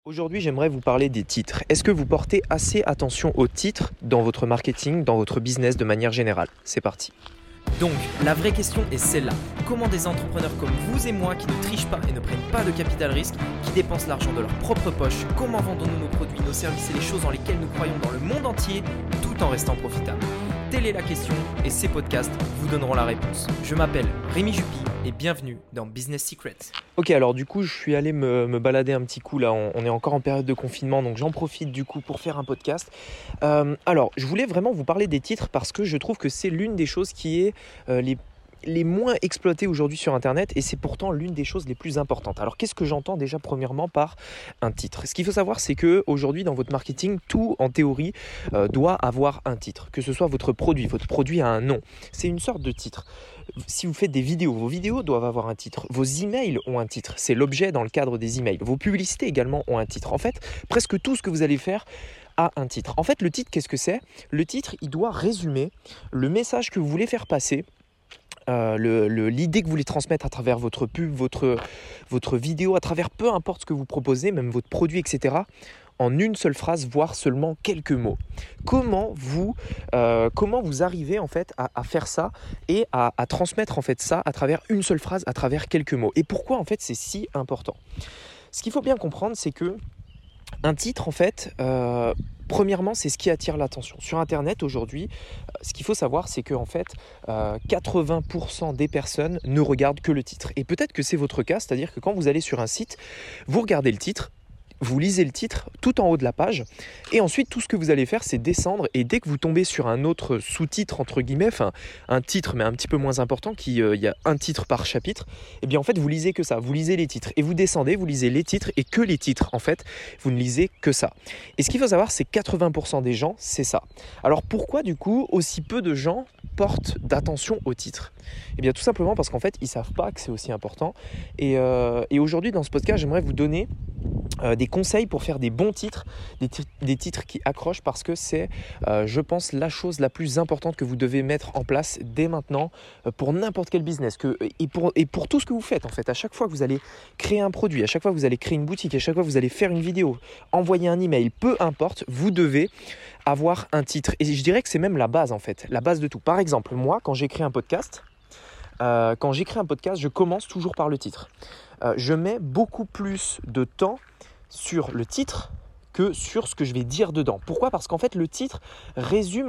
Aujourd'hui, j'aimerais vous parler des titres. Est-ce que vous portez assez attention aux titres dans votre marketing, dans votre business de manière générale? C'est parti. Donc, la vraie question est celle-là. Comment des entrepreneurs comme vous et moi qui ne trichent pas et ne prennent pas de capital risque, qui dépensent l'argent de leur propre poche, comment vendons-nous nos produits, nos services et les choses dans lesquelles nous croyons dans le monde entier, tout en restant profitables? Telle est la question et ces podcasts vous donneront la réponse. Je m'appelle Rémi Jupy et bienvenue dans Business Secrets. Ok, alors du coup, je suis allé me balader un petit coup là. On est encore en période de confinement, donc j'en profite du coup pour faire un podcast. Alors, je voulais vraiment vous parler des titres parce que je trouve que c'est l'une des choses qui est les moins exploitées aujourd'hui sur Internet et c'est pourtant l'une des choses les plus importantes. Alors, qu'est-ce que j'entends déjà premièrement par un titre? Ce qu'il faut savoir, c'est que aujourd'hui dans votre marketing, tout en théorie doit avoir un titre. Que ce soit votre produit a un nom. C'est une sorte de titre. Si vous faites des vidéos, vos vidéos doivent avoir un titre. Vos emails ont un titre. C'est l'objet dans le cadre des emails. Vos publicités également ont un titre. En fait, presque tout ce que vous allez faire a un titre. En fait, le titre, qu'est-ce que c'est? Le titre, il doit résumer le message que vous voulez faire passer. L'idée que vous voulez transmettre à travers votre pub, votre vidéo, à travers peu importe ce que vous proposez, même votre produit, etc., en une seule phrase, voire seulement quelques mots. Comment vous arrivez en fait à faire ça et à transmettre en fait ça à travers une seule phrase, à travers quelques mots? Et pourquoi en fait c'est si important? Ce qu'il faut bien comprendre, c'est que un titre en fait, premièrement, c'est ce qui attire l'attention. Sur Internet aujourd'hui, ce qu'il faut savoir, c'est que en fait, 80% des personnes ne regardent que le titre. Et peut-être que c'est votre cas, c'est-à-dire que quand vous allez sur un site, vous regardez le titre, vous lisez le titre tout en haut de la page et ensuite tout ce que vous allez faire c'est descendre et dès que vous tombez sur un autre sous-titre entre guillemets, enfin un titre mais un petit peu moins important, il y a un titre par chapitre, et bien en fait vous lisez que ça, vous lisez les titres et vous descendez, vous lisez les titres et que les titres en fait, vous ne lisez que ça. Et ce qu'il faut savoir c'est que 80% des gens c'est ça. Alors pourquoi du coup aussi peu de gens portent d'attention au titre? Et bien tout simplement parce qu'en fait ils savent pas que c'est aussi important et aujourd'hui dans ce podcast j'aimerais vous donner des conseils pour faire des bons titres, des titres qui accrochent parce que c'est, je pense, la chose la plus importante que vous devez mettre en place dès maintenant pour n'importe quel business et pour tout ce que vous faites en fait. À chaque fois que vous allez créer un produit, à chaque fois que vous allez créer une boutique, à chaque fois que vous allez faire une vidéo, envoyer un email, peu importe, vous devez avoir un titre. Et je dirais que c'est même la base en fait, la base de tout. Par exemple, moi, quand j'écris un podcast, je commence toujours par le titre. Je mets beaucoup plus de temps sur le titre que sur ce que je vais dire dedans. Pourquoi? Parce qu'en fait, le titre résume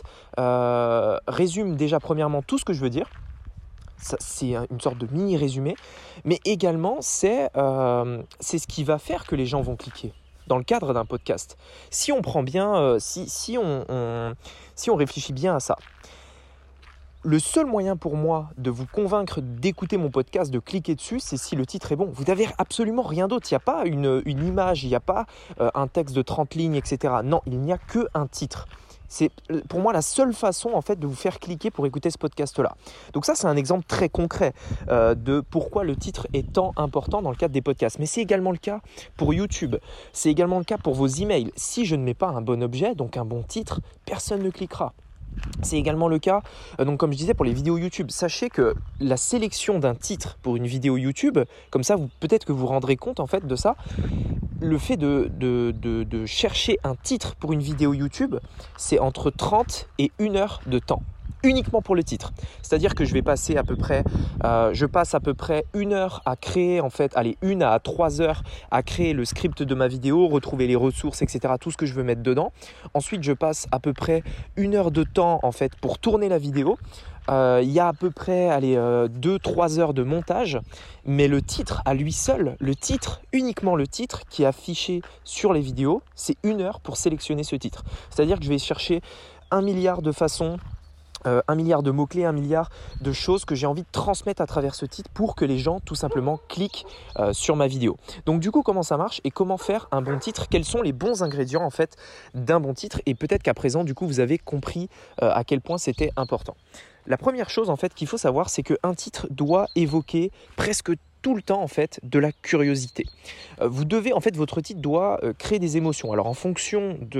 déjà premièrement tout ce que je veux dire. Ça, c'est une sorte de mini résumé, mais également c'est ce qui va faire que les gens vont cliquer. Dans le cadre d'un podcast, si on prend bien, si on réfléchit bien à ça. Le seul moyen pour moi de vous convaincre d'écouter mon podcast, de cliquer dessus, c'est si le titre est bon. Vous n'avez absolument rien d'autre. Il n'y a pas une image, il n'y a pas un texte de 30 lignes, etc. Non, il n'y a qu'un titre. C'est pour moi la seule façon en fait de vous faire cliquer pour écouter ce podcast-là. Donc ça, c'est un exemple très concret de pourquoi le titre est tant important dans le cadre des podcasts. Mais c'est également le cas pour YouTube. C'est également le cas pour vos emails. Si je ne mets pas un bon objet, donc un bon titre, personne ne cliquera. C'est également le cas, donc comme je disais, pour les vidéos YouTube. Sachez que la sélection d'un titre pour une vidéo YouTube, comme ça, peut-être que vous vous rendrez compte en fait de ça. Le fait de chercher un titre pour une vidéo YouTube, c'est entre 30 et 1 heure de temps. Uniquement pour le titre. C'est-à-dire que je passe à peu près 1 heure à créer, en fait, 1 à 3 heures à créer le script de ma vidéo, retrouver les ressources, etc., tout ce que je veux mettre dedans. Ensuite, je passe à peu près 1 heure de temps, en fait, pour tourner la vidéo. Il y a à peu près 2-3 heures de montage, mais le titre à lui seul, uniquement le titre qui est affiché sur les vidéos, c'est 1 heure pour sélectionner ce titre. C'est-à-dire que je vais chercher 1 milliard de façons, 1 milliard de mots-clés, 1 milliard de choses que j'ai envie de transmettre à travers ce titre pour que les gens tout simplement cliquent sur ma vidéo. Donc du coup, comment ça marche et comment faire un bon titre? Quels sont les bons ingrédients en fait d'un bon titre? Et peut-être qu'à présent, du coup, vous avez compris à quel point c'était important. La première chose en fait qu'il faut savoir, c'est qu'un titre doit évoquer presque tout le temps en fait de la curiosité. Votre titre doit créer des émotions. Alors en fonction de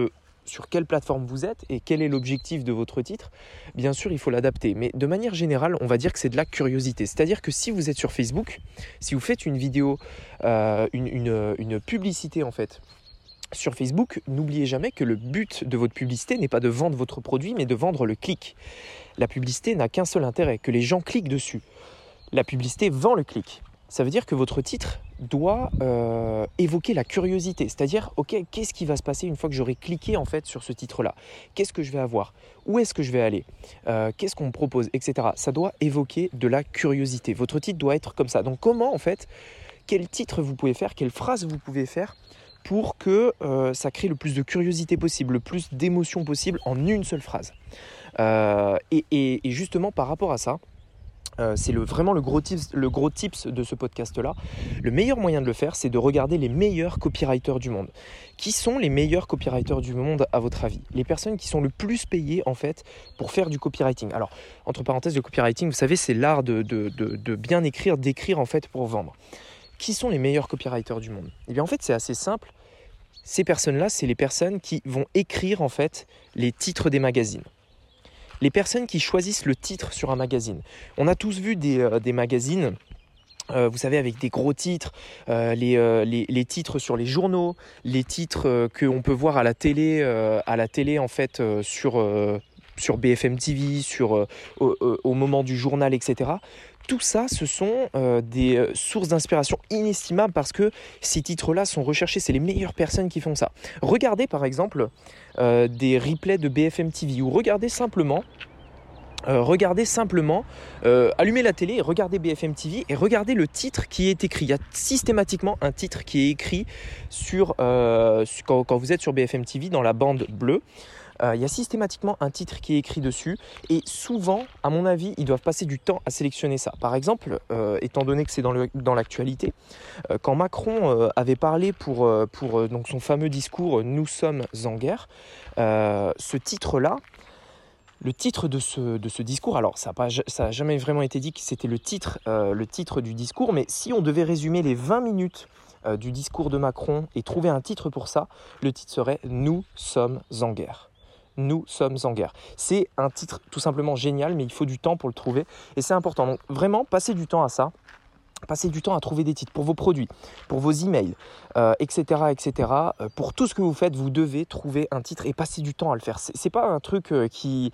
sur quelle plateforme vous êtes et quel est l'objectif de votre titre, bien sûr, il faut l'adapter. Mais de manière générale, on va dire que c'est de la curiosité. C'est-à-dire que si vous êtes sur Facebook, si vous faites une vidéo, une publicité en fait, sur Facebook, n'oubliez jamais que le but de votre publicité n'est pas de vendre votre produit, mais de vendre le clic. La publicité n'a qu'un seul intérêt, que les gens cliquent dessus. La publicité vend le clic. Ça veut dire que votre titre doit évoquer la curiosité. C'est-à-dire, ok, qu'est-ce qui va se passer une fois que j'aurai cliqué en fait sur ce titre-là? Qu'est-ce que je vais avoir? Où est-ce que je vais aller? Qu'est-ce qu'on me propose? Etc. Ça doit évoquer de la curiosité. Votre titre doit être comme ça. Donc comment en fait, quel titre vous pouvez faire, quelle phrase vous pouvez faire pour que ça crée le plus de curiosité possible, le plus d'émotion possible en une seule phrase. Et justement par rapport à ça, c'est vraiment le gros tips de ce podcast-là. Le meilleur moyen de le faire, c'est de regarder les meilleurs copywriters du monde. Qui sont les meilleurs copywriters du monde à votre avis? Les personnes qui sont le plus payées en fait pour faire du copywriting. Alors, entre parenthèses, le copywriting, vous savez, c'est l'art de bien écrire, d'écrire en fait pour vendre. Qui sont les meilleurs copywriters du monde? Eh bien en fait c'est assez simple. Ces personnes-là, c'est les personnes qui vont écrire en fait les titres des magazines. Les personnes qui choisissent le titre sur un magazine. On a tous vu des magazines, vous savez, avec des gros titres, les titres sur les journaux, les titres qu'on peut voir à la télé en fait sur BFM TV, au moment du journal, etc. Tout ça, ce sont des sources d'inspiration inestimables parce que ces titres-là sont recherchés. C'est les meilleures personnes qui font ça. Regardez par exemple des replays de BFM TV ou regardez simplement, allumez la télé, regardez BFM TV et regardez le titre qui est écrit. Il y a systématiquement un titre qui est écrit quand vous êtes sur BFM TV dans la bande bleue. Il y a systématiquement un titre qui est écrit dessus et souvent, à mon avis, ils doivent passer du temps à sélectionner ça. Par exemple, étant donné que c'est dans l'actualité, quand Macron avait parlé pour donc son fameux discours « Nous sommes en guerre », ce titre-là, le titre de ce discours, alors ça n'a jamais vraiment été dit que c'était le titre du discours, mais si on devait résumer les 20 minutes du discours de Macron et trouver un titre pour ça, le titre serait « Nous sommes en guerre ». Nous sommes en guerre. C'est un titre tout simplement génial, mais il faut du temps pour le trouver et c'est important. Donc vraiment, passez du temps à ça. Passez du temps à trouver des titres pour vos produits, pour vos emails, etc., etc. Pour tout ce que vous faites, vous devez trouver un titre et passer du temps à le faire. C'est pas un truc qui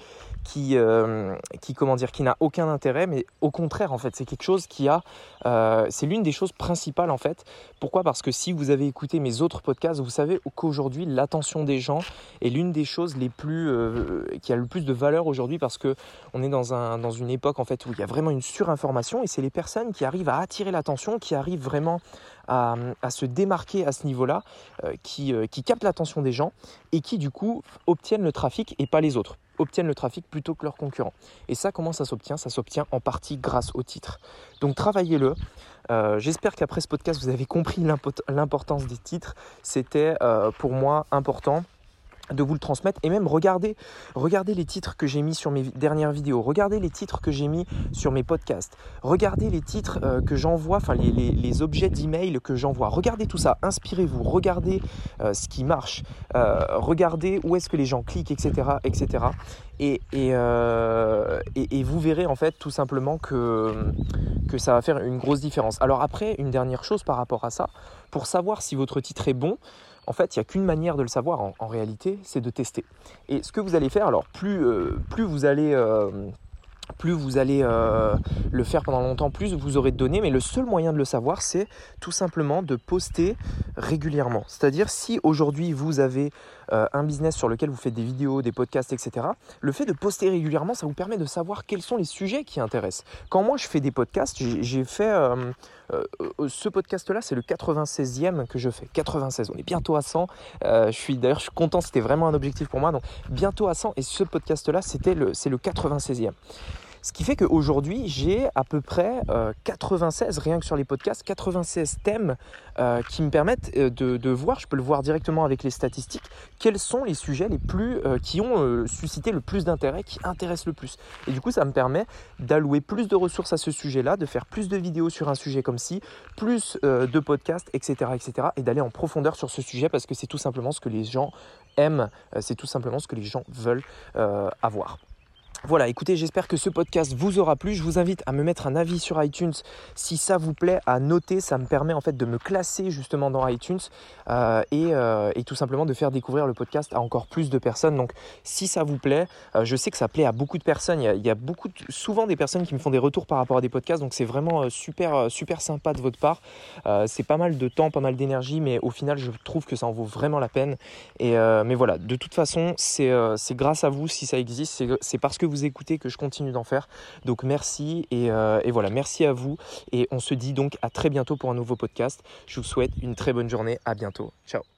n'a aucun intérêt, mais au contraire, en fait, c'est quelque chose c'est l'une des choses principales, en fait. Pourquoi? Parce que si vous avez écouté mes autres podcasts, vous savez qu'aujourd'hui, l'attention des gens est l'une des choses qui a le plus de valeur aujourd'hui parce que on est dans une époque, en fait, où il y a vraiment une surinformation et c'est les personnes qui arrivent à attirer l'attention, qui arrivent vraiment à se démarquer à ce niveau-là, qui captent l'attention des gens et qui du coup obtiennent le trafic et pas les autres, obtiennent le trafic plutôt que leurs concurrents. Et ça, comment ça s'obtient? Ça s'obtient en partie grâce au titre. Donc travaillez-le. J'espère qu'après ce podcast, vous avez compris l'importance des titres. C'était pour moi important de vous le transmettre et même regardez les titres que j'ai mis sur mes dernières vidéos, regardez les titres que j'ai mis sur mes podcasts, regardez les titres que j'envoie, enfin les objets d'email que j'envoie, regardez tout ça, inspirez-vous, regardez ce qui marche, regardez où est-ce que les gens cliquent, etc. etc. Et vous verrez en fait tout simplement que ça va faire une grosse différence. Alors après, une dernière chose par rapport à ça, pour savoir si votre titre est bon, en fait, il n'y a qu'une manière de le savoir en réalité, c'est de tester. Et ce que vous allez faire, alors plus vous allez le faire pendant longtemps, plus vous aurez de données, mais le seul moyen de le savoir, c'est tout simplement de poster régulièrement. C'est-à-dire, si aujourd'hui vous avez un business sur lequel vous faites des vidéos, des podcasts, etc., le fait de poster régulièrement, ça vous permet de savoir quels sont les sujets qui intéressent. Quand moi je fais des podcasts, j'ai fait ce podcast-là, c'est le 96e que je fais. 96, on est bientôt à 100. Je suis content, c'était vraiment un objectif pour moi. Donc bientôt à 100 et ce podcast-là, c'est le 96e. Ce qui fait qu'aujourd'hui, j'ai à peu près 96, rien que sur les podcasts, 96 thèmes qui me permettent de voir, je peux le voir directement avec les statistiques, quels sont les sujets les plus, qui ont suscité le plus d'intérêt, qui intéressent le plus. Et du coup, ça me permet d'allouer plus de ressources à ce sujet-là, de faire plus de vidéos sur un sujet comme ci, plus de podcasts, etc., et d'aller en profondeur sur ce sujet parce que c'est tout simplement ce que les gens aiment, c'est tout simplement ce que les gens veulent avoir. Voilà, écoutez, j'espère que ce podcast vous aura plu. Je vous invite à me mettre un avis sur iTunes si ça vous plaît, à noter. Ça me permet en fait de me classer justement dans iTunes et tout simplement de faire découvrir le podcast à encore plus de personnes. Donc, si ça vous plaît, je sais que ça plaît à beaucoup de personnes. Il y a souvent des personnes qui me font des retours par rapport à des podcasts. Donc, c'est vraiment super sympa de votre part. C'est pas mal de temps, pas mal d'énergie, mais au final, je trouve que ça en vaut vraiment la peine. Mais voilà, de toute façon, c'est grâce à vous si ça existe. C'est parce que vous écoutez que je continue d'en faire. Donc merci et voilà, merci à vous et on se dit donc à très bientôt pour un nouveau podcast. Je vous souhaite une très bonne journée, à bientôt, ciao.